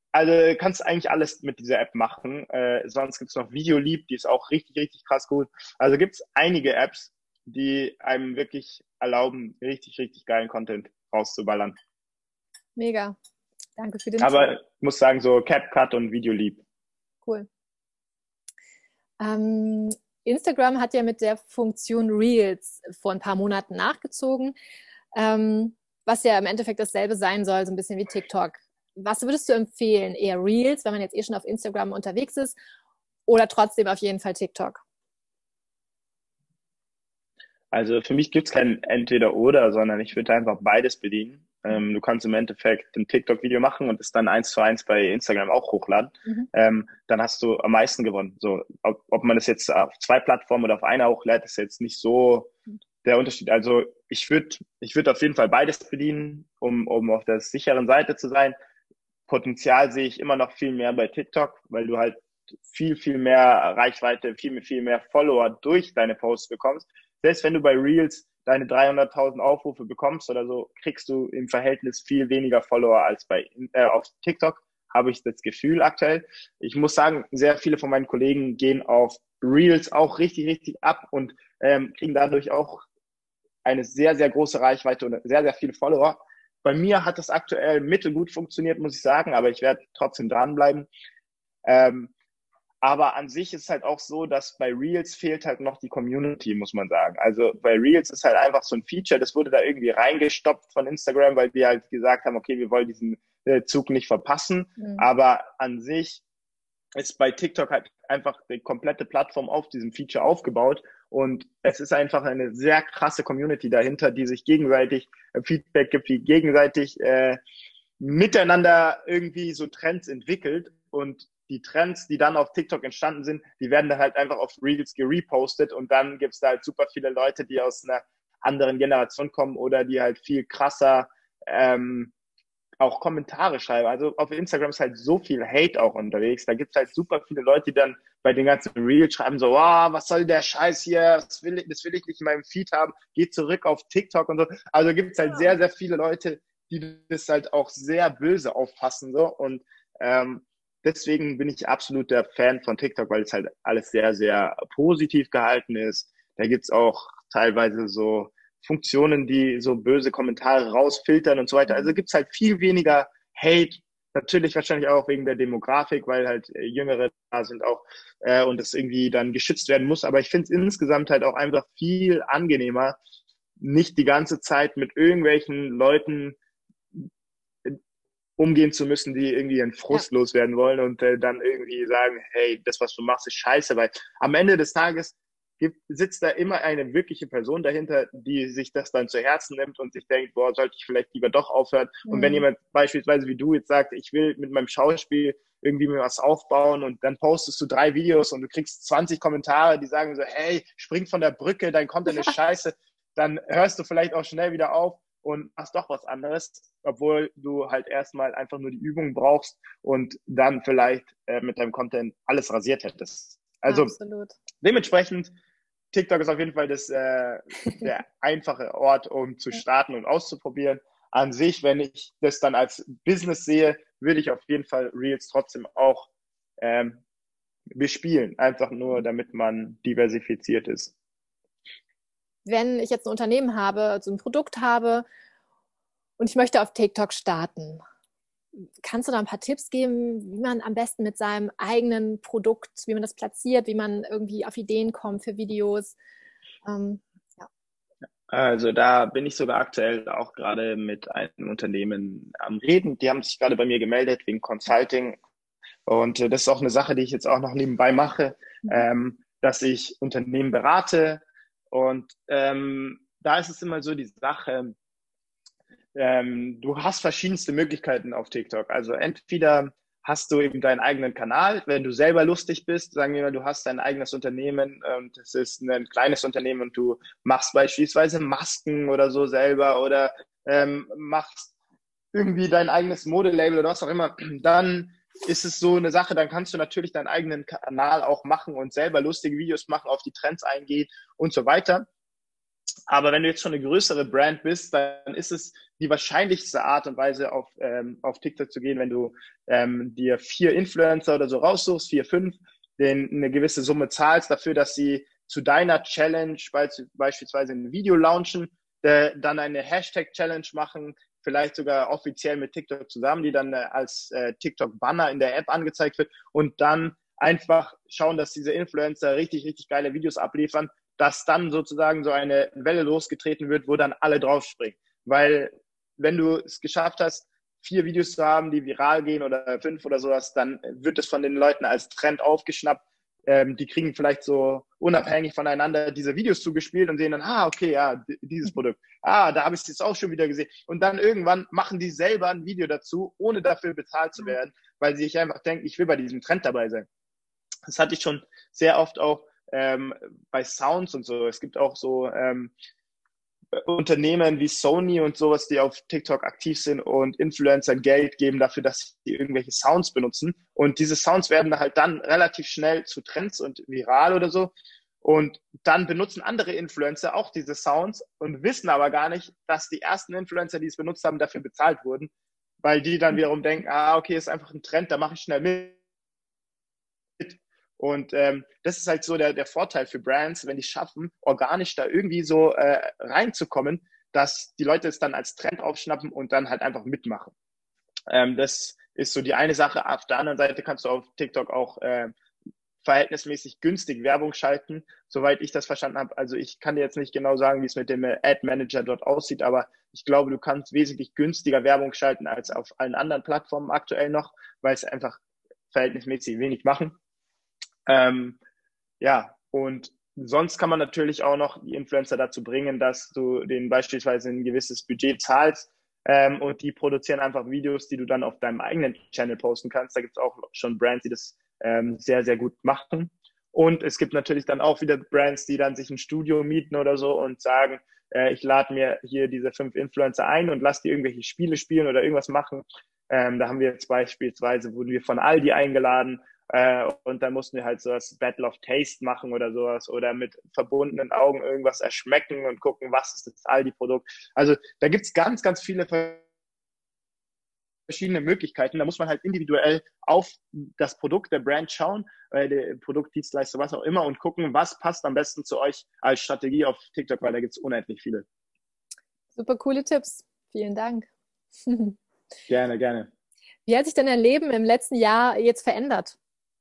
also kannst eigentlich alles mit dieser App machen. Äh, sonst gibt's noch Videoleap, die ist auch richtig, richtig krass gut. Also gibt's einige Apps, die einem wirklich erlauben, richtig, richtig geilen Content rauszuballern. Mega. Danke für den Aber Tipp. ich muss sagen, so CapCut und Videoleap. Cool. Ähm, Instagram hat ja mit der Funktion Reels vor ein paar Monaten nachgezogen, ähm, was ja im Endeffekt dasselbe sein soll, so ein bisschen wie TikTok. Was würdest du empfehlen? Eher Reels, wenn man jetzt eh schon auf Instagram unterwegs ist, oder trotzdem auf jeden Fall TikTok? Also für mich gibt's kein Entweder-Oder, sondern ich würde einfach beides bedienen. Ähm, du kannst im Endeffekt ein TikTok-Video machen und es dann eins zu eins bei Instagram auch hochladen. Mhm. Ähm, dann hast du am meisten gewonnen. So, ob, ob man das jetzt auf zwei Plattformen oder auf einer hochlädt, ist jetzt nicht so der Unterschied. Also ich würde ich würde auf jeden Fall beides bedienen, um, um auf der sicheren Seite zu sein. Potenzial sehe ich immer noch viel mehr bei TikTok, weil du halt viel, viel mehr Reichweite, viel, viel mehr Follower durch deine Posts bekommst. Selbst wenn du bei Reels deine dreihunderttausend Aufrufe bekommst oder so, kriegst du im Verhältnis viel weniger Follower als bei äh, auf TikTok, habe ich das Gefühl aktuell. Ich muss sagen, sehr viele von meinen Kollegen gehen auf Reels auch richtig, richtig ab und ähm, kriegen dadurch auch eine sehr, sehr große Reichweite und sehr, sehr viele Follower. Bei mir hat das aktuell mittelgut funktioniert, muss ich sagen, aber ich werde trotzdem dranbleiben. Ähm, aber an sich ist halt auch so, dass bei Reels fehlt halt noch die Community, muss man sagen. Also bei Reels ist halt einfach so ein Feature, das wurde da irgendwie reingestopft von Instagram, weil wir halt gesagt haben, okay, wir wollen diesen äh, Zug nicht verpassen. Mhm. Aber an sich ist bei TikTok halt einfach die komplette Plattform auf diesem Feature aufgebaut und es ist einfach eine sehr krasse Community dahinter, die sich gegenseitig äh, Feedback gibt, die gegenseitig äh, miteinander irgendwie so Trends entwickelt und die Trends, die dann auf TikTok entstanden sind, die werden dann halt einfach auf Reels gerepostet und dann gibt's da halt super viele Leute, die aus einer anderen Generation kommen oder die halt viel krasser ähm, auch Kommentare schreiben. Also auf Instagram ist halt so viel Hate auch unterwegs. Da gibt's halt super viele Leute, die dann bei den ganzen Reels schreiben so, wow, was soll der Scheiß hier? Das will ich, das will ich nicht in meinem Feed haben. Geh zurück auf TikTok und so. Also gibt's halt sehr, sehr viele Leute, die das halt auch sehr böse auffassen so und ähm, deswegen bin ich absolut der Fan von TikTok, weil es halt alles sehr, sehr positiv gehalten ist. Da gibt's auch teilweise so Funktionen, die so böse Kommentare rausfiltern und so weiter. Also gibt's halt viel weniger Hate. Natürlich wahrscheinlich auch wegen der Demografik, weil halt äh, Jüngere da sind auch äh, und das irgendwie dann geschützt werden muss. Aber ich finde es insgesamt halt auch einfach viel angenehmer, nicht die ganze Zeit mit irgendwelchen Leuten umgehen zu müssen, die irgendwie ihren Frust ja. loswerden wollen und äh, dann irgendwie sagen, hey, das, was du machst, ist scheiße, weil am Ende des Tages gibt, sitzt da immer eine wirkliche Person dahinter, die sich das dann zu Herzen nimmt und sich denkt, boah, sollte ich vielleicht lieber doch aufhören. Mhm. Und wenn jemand beispielsweise wie du jetzt sagt, ich will mit meinem Schauspiel irgendwie mir was aufbauen und dann postest du drei Videos und du kriegst zwanzig Kommentare, die sagen so, hey, spring von der Brücke, dein Content ist scheiße, dann hörst du vielleicht auch schnell wieder auf und machst doch was anderes, obwohl du halt erstmal einfach nur die Übung brauchst und dann vielleicht äh, mit deinem Content alles rasiert hättest. Also Absolut. Dementsprechend, TikTok ist auf jeden Fall das, äh, der einfache Ort, um zu starten und auszuprobieren. An sich, wenn ich das dann als Business sehe, würde ich auf jeden Fall Reels trotzdem auch ähm, bespielen, einfach nur, damit man diversifiziert ist. Wenn ich jetzt ein Unternehmen habe, also ein Produkt habe und ich möchte auf TikTok starten, kannst du da ein paar Tipps geben, wie man am besten mit seinem eigenen Produkt, wie man das platziert, wie man irgendwie auf Ideen kommt für Videos? Ähm, ja. Also da bin ich sogar aktuell auch gerade mit einem Unternehmen am Reden. Die haben sich gerade bei mir gemeldet wegen Consulting. Und das ist auch eine Sache, die ich jetzt auch noch nebenbei mache, mhm. ähm, dass ich Unternehmen berate. Und ähm, da ist es immer so die Sache, ähm, du hast verschiedenste Möglichkeiten auf TikTok. Also entweder hast du eben deinen eigenen Kanal, wenn du selber lustig bist, sagen wir mal, du hast dein eigenes Unternehmen und es ist ein kleines Unternehmen und du machst beispielsweise Masken oder so selber oder ähm, machst irgendwie dein eigenes Modelabel oder was auch immer, dann ist es so eine Sache, dann kannst du natürlich deinen eigenen Kanal auch machen und selber lustige Videos machen, auf die Trends eingehen und so weiter. Aber wenn du jetzt schon eine größere Brand bist, dann ist es die wahrscheinlichste Art und Weise, auf, ähm, auf TikTok zu gehen, wenn du ähm, dir vier Influencer oder so raussuchst, vier, fünf, denen eine gewisse Summe zahlst dafür, dass sie zu deiner Challenge beispielsweise ein Video launchen, äh, dann eine Hashtag-Challenge machen, vielleicht sogar offiziell mit TikTok zusammen, die dann äh, als äh, TikTok-Banner in der App angezeigt wird und dann einfach schauen, dass diese Influencer richtig, richtig geile Videos abliefern, dass dann sozusagen so eine Welle losgetreten wird, wo dann alle draufspringen. Weil wenn du es geschafft hast, vier Videos zu haben, die viral gehen oder fünf oder sowas, dann wird es von den Leuten als Trend aufgeschnappt. Ähm, die kriegen vielleicht so unabhängig voneinander diese Videos zugespielt und sehen dann, ah, okay, ja, dieses Produkt. Ah, da habe ich es jetzt auch schon wieder gesehen. Und dann irgendwann machen die selber ein Video dazu, ohne dafür bezahlt zu werden, weil sie sich einfach denken, ich will bei diesem Trend dabei sein. Das hatte ich schon sehr oft auch ähm, bei Sounds und so. Es gibt auch so ähm, Unternehmen wie Sony und sowas, die auf TikTok aktiv sind und Influencer Geld geben dafür, dass sie irgendwelche Sounds benutzen. Und diese Sounds werden halt dann relativ schnell zu Trends und viral oder so. Und dann benutzen andere Influencer auch diese Sounds und wissen aber gar nicht, dass die ersten Influencer, die es benutzt haben, dafür bezahlt wurden, weil die dann wiederum denken, ah, okay, ist einfach ein Trend, da mache ich schnell mit. Und ähm, das ist halt so der, der Vorteil für Brands, wenn die schaffen, organisch da irgendwie so äh, reinzukommen, dass die Leute es dann als Trend aufschnappen und dann halt einfach mitmachen. Ähm, das ist so die eine Sache. Auf der anderen Seite kannst du auf TikTok auch äh, verhältnismäßig günstig Werbung schalten, soweit ich das verstanden habe. Also ich kann dir jetzt nicht genau sagen, wie es mit dem Ad Manager dort aussieht, aber ich glaube, du kannst wesentlich günstiger Werbung schalten als auf allen anderen Plattformen aktuell noch, weil es einfach verhältnismäßig wenig machen. Ähm, ja, und sonst kann man natürlich auch noch die Influencer dazu bringen, dass du denen beispielsweise ein gewisses Budget zahlst ähm, und die produzieren einfach Videos, die du dann auf deinem eigenen Channel posten kannst. Da gibt es auch schon Brands, die das ähm, sehr, sehr gut machen. Und es gibt natürlich dann auch wieder Brands, die dann sich ein Studio mieten oder so und sagen, äh, ich lade mir hier diese fünf Influencer ein und lass die irgendwelche Spiele spielen oder irgendwas machen. Ähm, da haben wir jetzt beispielsweise, wurden wir von Aldi eingeladen, Äh, und dann mussten wir halt sowas Battle of Taste machen oder sowas oder mit verbundenen Augen irgendwas erschmecken und gucken, was ist das Aldi-Produkt. Also da gibt's ganz, ganz viele verschiedene Möglichkeiten. Da muss man halt individuell auf das Produkt der Brand schauen, äh, der Produktdienstleister, was auch immer und gucken, was passt am besten zu euch als Strategie auf TikTok, weil da gibt's unendlich viele. Super coole Tipps. Vielen Dank. Gerne, gerne. Wie hat sich denn dein Leben im letzten Jahr jetzt verändert?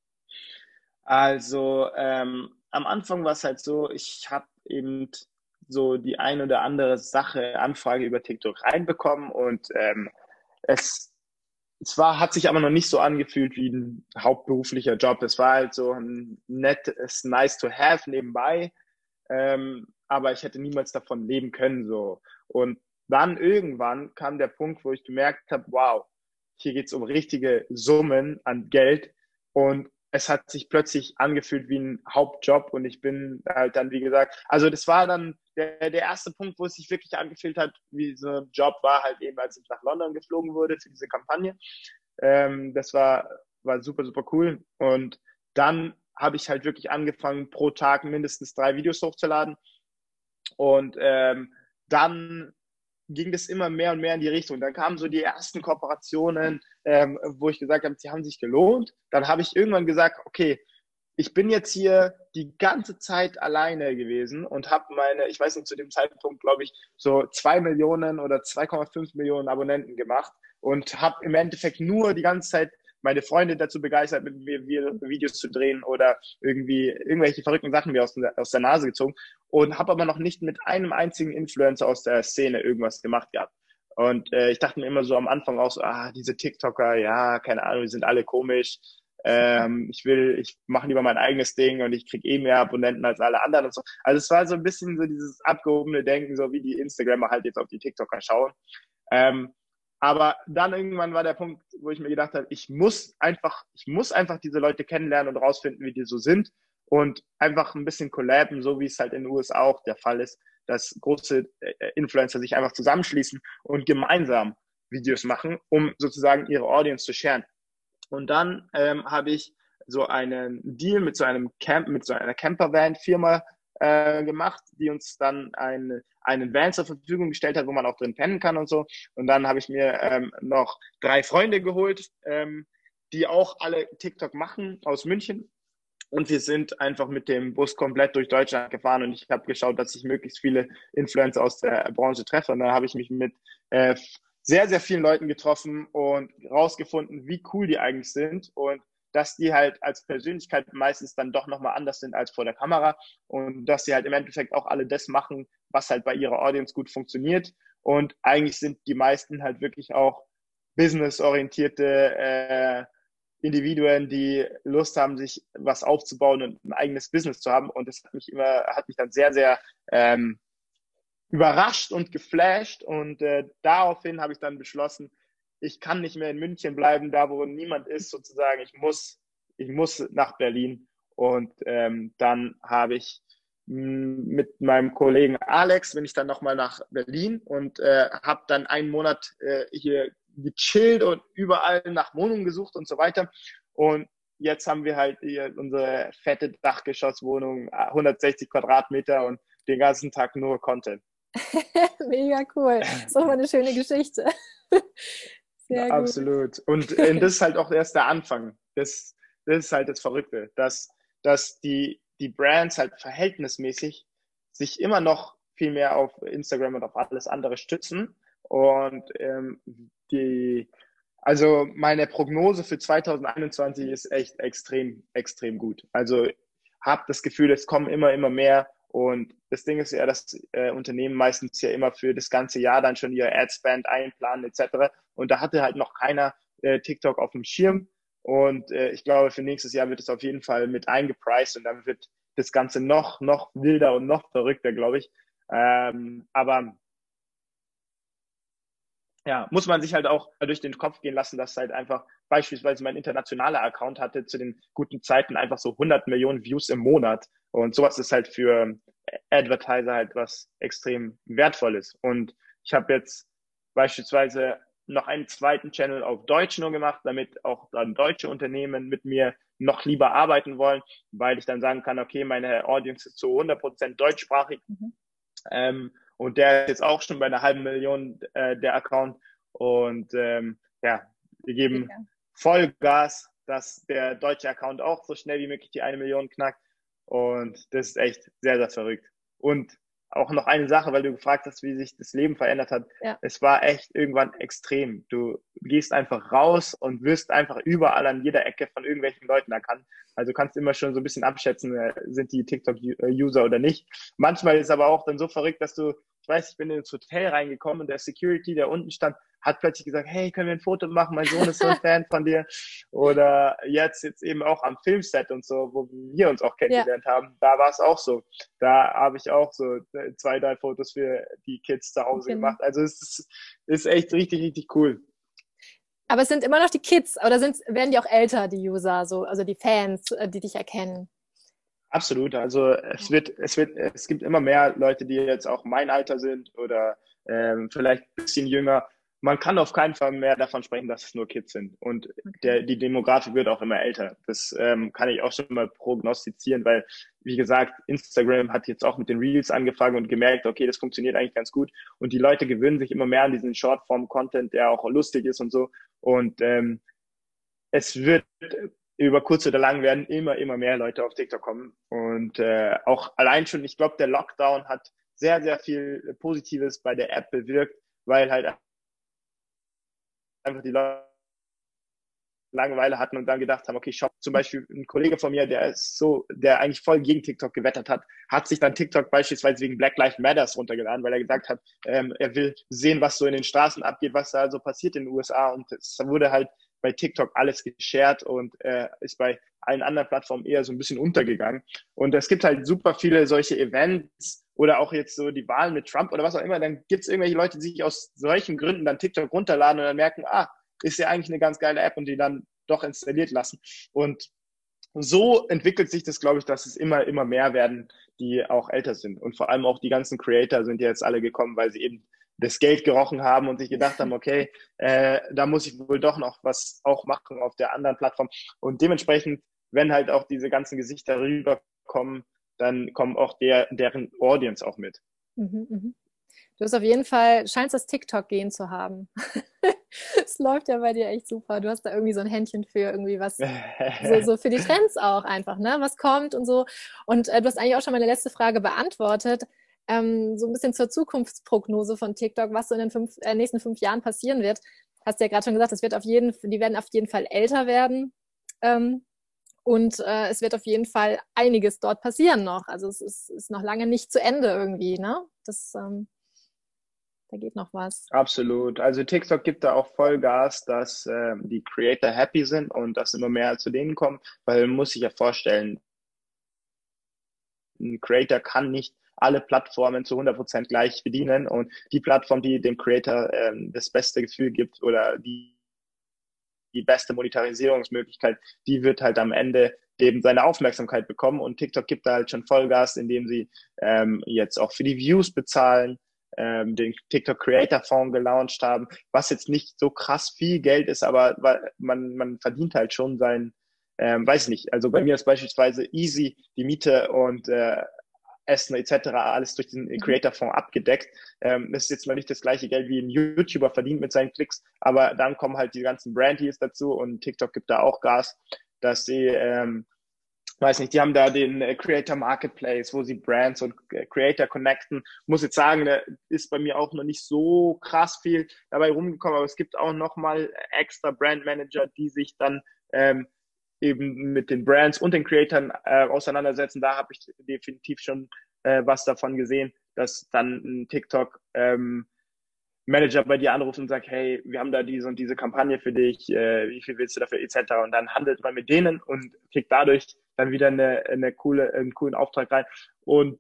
Also ähm, am Anfang war es halt so, ich habe eben so die ein oder andere Sache, Anfrage über TikTok reinbekommen und ähm, es, es war, hat sich aber noch nicht so angefühlt wie ein hauptberuflicher Job. Es war halt so ein nettes nice to have nebenbei, ähm, aber ich hätte niemals davon leben können so. Und dann irgendwann kam der Punkt, wo ich gemerkt habe, wow, hier geht's um richtige Summen an Geld und es hat sich plötzlich angefühlt wie ein Hauptjob und ich bin halt dann, wie gesagt, also das war dann der, der erste Punkt, wo es sich wirklich angefühlt hat, wie so ein Job war, halt eben, als ich nach London geflogen wurde für diese Kampagne. Ähm, das war, war super, super cool. Und dann habe ich halt wirklich angefangen, pro Tag mindestens drei Videos hochzuladen. Und ähm, dann ging das immer mehr und mehr in die Richtung. Dann kamen so die ersten Kooperationen, ähm, wo ich gesagt habe, sie haben sich gelohnt. Dann habe ich irgendwann gesagt, okay, ich bin jetzt hier die ganze Zeit alleine gewesen und habe meine, ich weiß nicht, zu dem Zeitpunkt, glaube ich, so zwei Millionen oder zwei Komma fünf Millionen Abonnenten gemacht und habe im Endeffekt nur die ganze Zeit meine Freunde dazu begeistert, mit mir Videos zu drehen oder irgendwie irgendwelche verrückten Sachen mir aus der, aus der Nase gezogen und habe aber noch nicht mit einem einzigen Influencer aus der Szene irgendwas gemacht gehabt. Und äh, ich dachte mir immer so am Anfang auch so, ah, diese TikToker, ja, keine Ahnung, die sind alle komisch. Ähm, ich will, ich mache lieber mein eigenes Ding und ich kriege eh mehr Abonnenten als alle anderen und so. Also es war so ein bisschen so dieses abgehobene Denken, so wie die Instagrammer halt jetzt auf die TikToker schauen. Ähm, aber dann irgendwann war der Punkt, wo ich mir gedacht habe, ich muss einfach, ich muss einfach diese Leute kennenlernen und rausfinden, wie die so sind und einfach ein bisschen collaben, so wie es halt in den U S A auch der Fall ist, dass große Influencer sich einfach zusammenschließen und gemeinsam Videos machen, um sozusagen ihre Audience zu sharen. Und dann ähm, habe ich so einen Deal mit so einem Camp, mit so einer Campervan-Firma äh, gemacht, die uns dann ein, einen Van zur Verfügung gestellt hat, wo man auch drin pennen kann und so. Und dann habe ich mir ähm, noch drei Freunde geholt, ähm, die auch alle TikTok machen aus München. Und wir sind einfach mit dem Bus komplett durch Deutschland gefahren und ich habe geschaut, dass ich möglichst viele Influencer aus der Branche treffe. Und dann habe ich mich mit äh, sehr, sehr vielen Leuten getroffen und rausgefunden, wie cool die eigentlich sind und dass die halt als Persönlichkeit meistens dann doch nochmal anders sind als vor der Kamera und dass sie halt im Endeffekt auch alle das machen, was halt bei ihrer Audience gut funktioniert. Und eigentlich sind die meisten halt wirklich auch businessorientierte äh, Individuen, die Lust haben, sich was aufzubauen und ein eigenes Business zu haben. Und das hat mich immer, hat mich dann sehr, sehr ähm, überrascht und geflasht. Und äh, daraufhin habe ich dann beschlossen, ich kann nicht mehr in München bleiben, da wo niemand ist, sozusagen. Ich muss, ich muss nach Berlin. Und ähm, dann habe ich mh, mit meinem Kollegen Alex, bin ich dann nochmal nach Berlin und äh, habe dann einen Monat äh, hier gechillt und überall nach Wohnungen gesucht und so weiter. Und jetzt haben wir halt hier unsere fette Dachgeschosswohnung, hundertsechzig Quadratmeter und den ganzen Tag nur Content. Mega cool. Das ist auch mal eine schöne Geschichte. Sehr gut. Absolut. Und äh, das ist halt auch erst der Anfang. Das, das ist halt das Verrückte, dass, dass die, die Brands halt verhältnismäßig sich immer noch viel mehr auf Instagram und auf alles andere stützen. Und ähm, die, also meine Prognose für zwanzig einundzwanzig ist echt extrem, extrem gut. Also habe das Gefühl, es kommen immer, immer mehr. Und das Ding ist ja, dass äh, Unternehmen meistens ja immer für das ganze Jahr dann schon ihr Adspend einplanen et cetera. Und da hatte halt noch keiner äh, TikTok auf dem Schirm. Und äh, ich glaube, für nächstes Jahr wird es auf jeden Fall mit eingepreist und dann wird das Ganze noch, noch wilder und noch verrückter, glaube ich. Ähm, aber ja, muss man sich halt auch durch den Kopf gehen lassen, dass halt einfach beispielsweise mein internationaler Account hatte zu den guten Zeiten einfach so hundert Millionen Views im Monat. Und sowas ist halt für Advertiser halt was extrem Wertvolles. Und ich habe jetzt beispielsweise noch einen zweiten Channel auf Deutsch nur gemacht, damit auch dann deutsche Unternehmen mit mir noch lieber arbeiten wollen, weil ich dann sagen kann, okay, meine Audience ist zu hundert Prozent deutschsprachig. Mhm. Ähm, Und der ist jetzt auch schon bei einer halben Million, äh, der Account. Und ähm, ja, wir geben ja. Vollgas, dass der deutsche Account auch so schnell wie möglich die eine Million knackt. Und das ist echt sehr, sehr verrückt. Und auch noch eine Sache, weil du gefragt hast, wie sich das Leben verändert hat. Ja. Es war echt irgendwann extrem. Du gehst einfach raus und wirst einfach überall an jeder Ecke von irgendwelchen Leuten erkannt. Also kannst immer schon so ein bisschen abschätzen, sind die TikTok-User oder nicht. Manchmal ist es aber auch dann so verrückt, dass du, ich weiß, ich bin ins Hotel reingekommen und der Security, der unten stand, hat plötzlich gesagt, hey, können wir ein Foto machen? Mein Sohn ist so ein Fan von dir. Oder jetzt, jetzt eben auch am Filmset und so, wo wir uns auch kennengelernt ja. haben. Da war es auch so. Da habe ich auch so zwei, drei Fotos für die Kids zu Hause genau. gemacht. Also es ist, ist echt richtig, richtig cool. Aber es sind immer noch die Kids, oder sind, werden die auch älter, die User, so, also die Fans, die dich erkennen? Absolut. Also es wird, es wird, es gibt immer mehr Leute, die jetzt auch mein Alter sind oder ähm, vielleicht ein bisschen jünger. Man kann auf keinen Fall mehr davon sprechen, dass es nur Kids sind. Und okay. der, die Demografik wird auch immer älter. Das ähm, kann ich auch schon mal prognostizieren, weil, wie gesagt, Instagram hat jetzt auch mit den Reels angefangen und gemerkt, okay, das funktioniert eigentlich ganz gut. Und die Leute gewöhnen sich immer mehr an diesen Shortform-Content, der auch lustig ist und so. Und ähm, es wird über kurz oder lang werden immer, immer mehr Leute auf TikTok kommen. Und äh, auch allein schon, ich glaube, der Lockdown hat sehr, sehr viel Positives bei der App bewirkt, weil halt einfach die Leute Langeweile hatten und dann gedacht haben, okay, schau, zum Beispiel ein Kollege von mir, der ist so, der eigentlich voll gegen TikTok gewettert hat, hat sich dann TikTok beispielsweise wegen Black Lives Matters runtergeladen, weil er gesagt hat, ähm, er will sehen, was so in den Straßen abgeht, was da so passiert in den U S A, und es wurde halt bei TikTok alles geshared und äh, ist bei allen anderen Plattformen eher so ein bisschen untergegangen. Und es gibt halt super viele solche Events oder auch jetzt so die Wahlen mit Trump oder was auch immer, dann gibt es irgendwelche Leute, die sich aus solchen Gründen dann TikTok runterladen und dann merken, ah, ist ja eigentlich eine ganz geile App, und die dann doch installiert lassen. Und so entwickelt sich das, glaube ich, dass es immer, immer mehr werden, die auch älter sind. Und vor allem auch die ganzen Creator sind ja jetzt alle gekommen, weil sie eben das Geld gerochen haben und sich gedacht haben, okay, äh, da muss ich wohl doch noch was auch machen auf der anderen Plattform. Und dementsprechend, wenn halt auch diese ganzen Gesichter rüberkommen, dann kommen auch der, deren Audience auch mit. Mhm, mhm. Du hast auf jeden Fall, scheinst das TikTok-Gen zu haben. Es läuft ja bei dir echt super. Du hast da irgendwie so ein Händchen für irgendwie was, so, so für die Trends auch einfach, ne? Was kommt und so. Und äh, du hast eigentlich auch schon meine letzte Frage beantwortet. Ähm, so ein bisschen zur Zukunftsprognose von TikTok, was so in den fünf, äh, nächsten fünf Jahren passieren wird. Hast ja gerade schon gesagt, es wird auf jeden, die werden auf jeden Fall älter werden. Ähm, und äh, es wird auf jeden Fall einiges dort passieren noch. Also es ist, ist noch lange nicht zu Ende irgendwie, ne? Das, ähm, da geht noch was. Absolut. Also TikTok gibt da auch Vollgas, dass äh, die Creator happy sind und dass immer mehr zu denen kommen, weil man muss sich ja vorstellen, ein Creator kann nicht alle Plattformen zu hundert Prozent gleich bedienen und die Plattform, die dem Creator ähm, das beste Gefühl gibt oder die, die beste Monetarisierungsmöglichkeit, die wird halt am Ende eben seine Aufmerksamkeit bekommen und TikTok gibt da halt schon Vollgas, indem sie ähm, jetzt auch für die Views bezahlen, ähm, den TikTok Creator Fonds gelauncht haben, was jetzt nicht so krass viel Geld ist, aber man, man verdient halt schon sein, ähm, weiß nicht, also bei mir ist beispielsweise easy die Miete und äh, Essen et cetera alles durch den Creator Fonds abgedeckt. Ähm, das ist jetzt noch nicht das gleiche Geld, wie ein YouTuber verdient mit seinen Klicks, aber dann kommen halt die ganzen Brand Deals dazu und TikTok gibt da auch Gas, dass sie, ähm, weiß nicht, die haben da den äh, Creator Marketplace, wo sie Brands und äh, Creator connecten. Muss jetzt sagen, da ist bei mir auch noch nicht so krass viel dabei rumgekommen, aber es gibt auch nochmal extra Brand Manager, die sich dann ähm, eben mit den Brands und den Creatoren äh, auseinandersetzen. Da habe ich definitiv schon äh, was davon gesehen, dass dann ein TikTok ähm, Manager bei dir anruft und sagt, hey, wir haben da diese und diese Kampagne für dich, äh, wie viel willst du dafür et cetera. Und dann handelt man mit denen und kriegt dadurch dann wieder eine, eine coole, einen coolen Auftrag rein. Und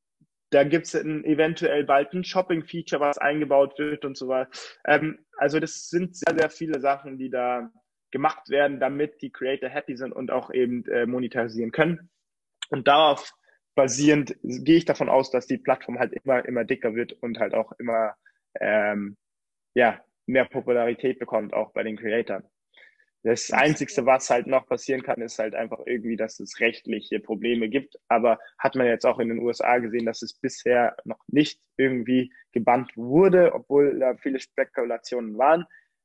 da gibt's ein, eventuell bald ein Shopping-Feature, was eingebaut wird und so weiter. Ähm, also das sind sehr, sehr viele Sachen, die da gemacht werden, damit die Creator happy sind und auch eben äh, monetarisieren können. Und darauf basierend gehe ich davon aus, dass die Plattform halt immer, immer dicker wird und halt auch immer ähm, ja, mehr Popularität bekommt, auch bei den Creatoren. Das Einzigste, was halt noch passieren kann, ist halt einfach irgendwie, dass es rechtliche Probleme gibt. Aber hat man jetzt auch in den U S A gesehen, dass es bisher noch nicht irgendwie gebannt wurde, obwohl da viele Spekulationen waren.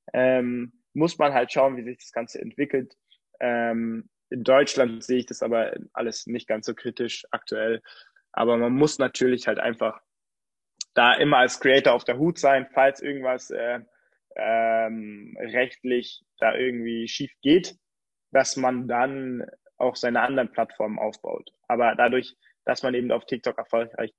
Ähm, muss man halt schauen, wie sich das Ganze entwickelt. Ähm, in Deutschland sehe ich das aber alles nicht ganz so kritisch aktuell. Aber man muss natürlich halt einfach da immer als Creator auf der Hut sein, falls irgendwas äh, ähm, rechtlich da irgendwie schief geht, dass man dann auch seine anderen Plattformen aufbaut. Aber dadurch, dass man eben auf TikTok erfolgreich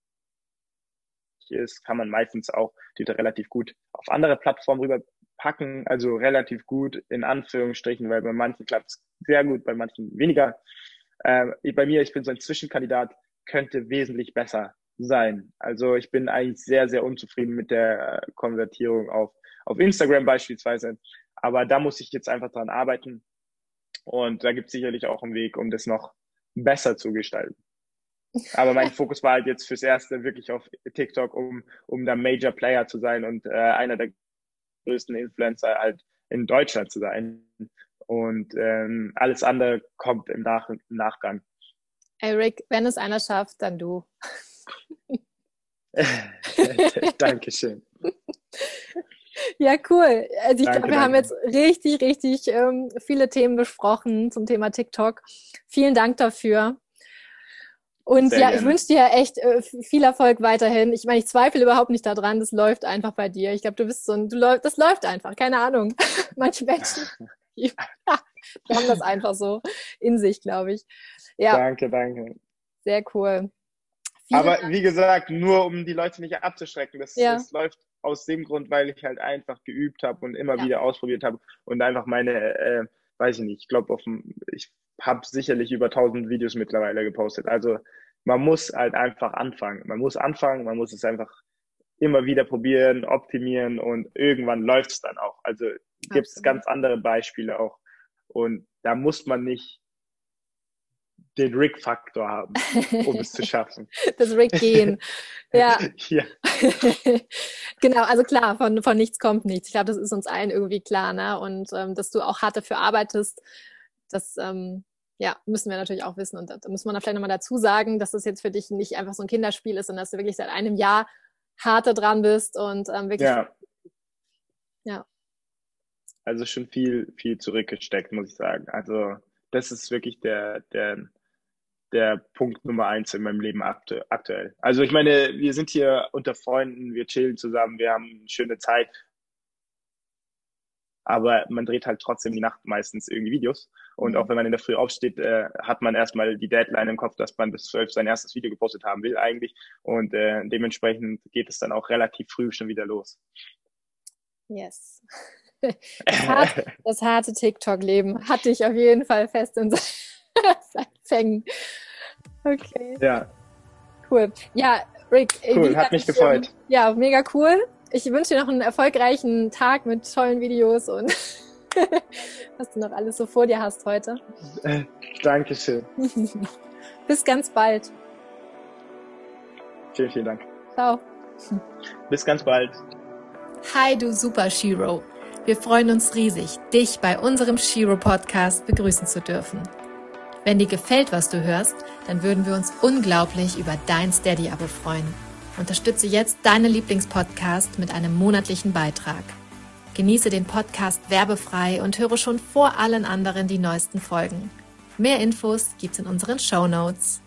ist, kann man meistens auch die relativ gut auf andere Plattformen rüberpacken, also relativ gut in Anführungsstrichen, weil bei manchen klappt es sehr gut, bei manchen weniger. Äh, bei mir, ich bin so ein Zwischenkandidat, könnte wesentlich besser sein. Also ich bin eigentlich sehr, sehr unzufrieden mit der Konvertierung auf, auf Instagram beispielsweise. Aber da muss ich jetzt einfach dran arbeiten. Und da gibt es sicherlich auch einen Weg, um das noch besser zu gestalten. Aber mein Fokus war halt jetzt fürs Erste wirklich auf TikTok, um, um da Major Player zu sein und äh, einer der größten Influencer halt in Deutschland zu sein. Und ähm, alles andere kommt im, Nach im Nachgang. Eric, wenn es einer schafft, dann du. Dankeschön. Ja, cool. Also ich Danke, glaube, wir danke. haben jetzt richtig, richtig ähm, viele Themen besprochen zum Thema TikTok. Vielen Dank dafür. Und Sehr ja, gerne. ich wünsche dir echt äh, viel Erfolg weiterhin. Ich meine, ich zweifle überhaupt nicht daran, das läuft einfach bei dir. Ich glaube, du bist so ein, du läuft, das läuft einfach, keine Ahnung. Manche Menschen, die, die haben das einfach so in sich, glaube ich. Ja, Danke, danke. sehr cool. Vielen Aber Dank. wie gesagt, nur um die Leute nicht abzuschrecken. Das, Ja. das läuft aus dem Grund, weil ich halt einfach geübt habe und immer Ja. wieder ausprobiert habe und einfach meine, äh, weiß ich nicht, ich glaube, auf dem, ich habe sicherlich über tausend Videos mittlerweile gepostet. Also man muss halt einfach anfangen. Man muss anfangen, man muss es einfach immer wieder probieren, optimieren und irgendwann läuft es dann auch. Also gibt es Absolut. ganz andere Beispiele auch. Und da muss man nicht den Rick-Faktor haben, um es zu schaffen. Das Rick-Gehen. Ja. Ja. Genau, also klar, von, von nichts kommt nichts. Ich glaube, das ist uns allen irgendwie klar, ne? Und ähm, dass du auch hart dafür arbeitest, das, ähm, Ja, müssen wir natürlich auch wissen. Und da muss man da vielleicht nochmal dazu sagen, dass das jetzt für dich nicht einfach so ein Kinderspiel ist, sondern dass du wirklich seit einem Jahr hart da dran bist und ähm, wirklich. Ja. Ja. Also schon viel, viel zurückgesteckt, muss ich sagen. Also das ist wirklich der, der, der Punkt Nummer eins in meinem Leben aktu aktuell. Also ich meine, wir sind hier unter Freunden, wir chillen zusammen, wir haben eine schöne Zeit. Aber man dreht halt trotzdem die Nacht meistens irgendwie Videos. Und mhm. auch wenn man in der Früh aufsteht, äh, hat man erstmal die Deadline im Kopf, dass man bis zwölf sein erstes Video gepostet haben will eigentlich. Und äh, dementsprechend geht es dann auch relativ früh schon wieder los. Yes. Das harte, das harte TikTok-Leben hat dich auf jeden Fall fest in seinen Fängen. Okay. Ja. Cool. Ja, Rick. Cool, hat mich gefreut. Ja, mega cool. Ich wünsche dir noch einen erfolgreichen Tag mit tollen Videos und was du noch alles so vor dir hast heute. Dankeschön. Bis ganz bald. Vielen, vielen Dank. Ciao. Bis ganz bald. Hi, du Super Shiro. Wir freuen uns riesig, dich bei unserem Shiro Podcast begrüßen zu dürfen. Wenn dir gefällt, was du hörst, dann würden wir uns unglaublich über dein Steady-Abo freuen. Unterstütze jetzt deinen Lieblingspodcast mit einem monatlichen Beitrag. Genieße den Podcast werbefrei und höre schon vor allen anderen die neuesten Folgen. Mehr Infos gibt's in unseren Shownotes.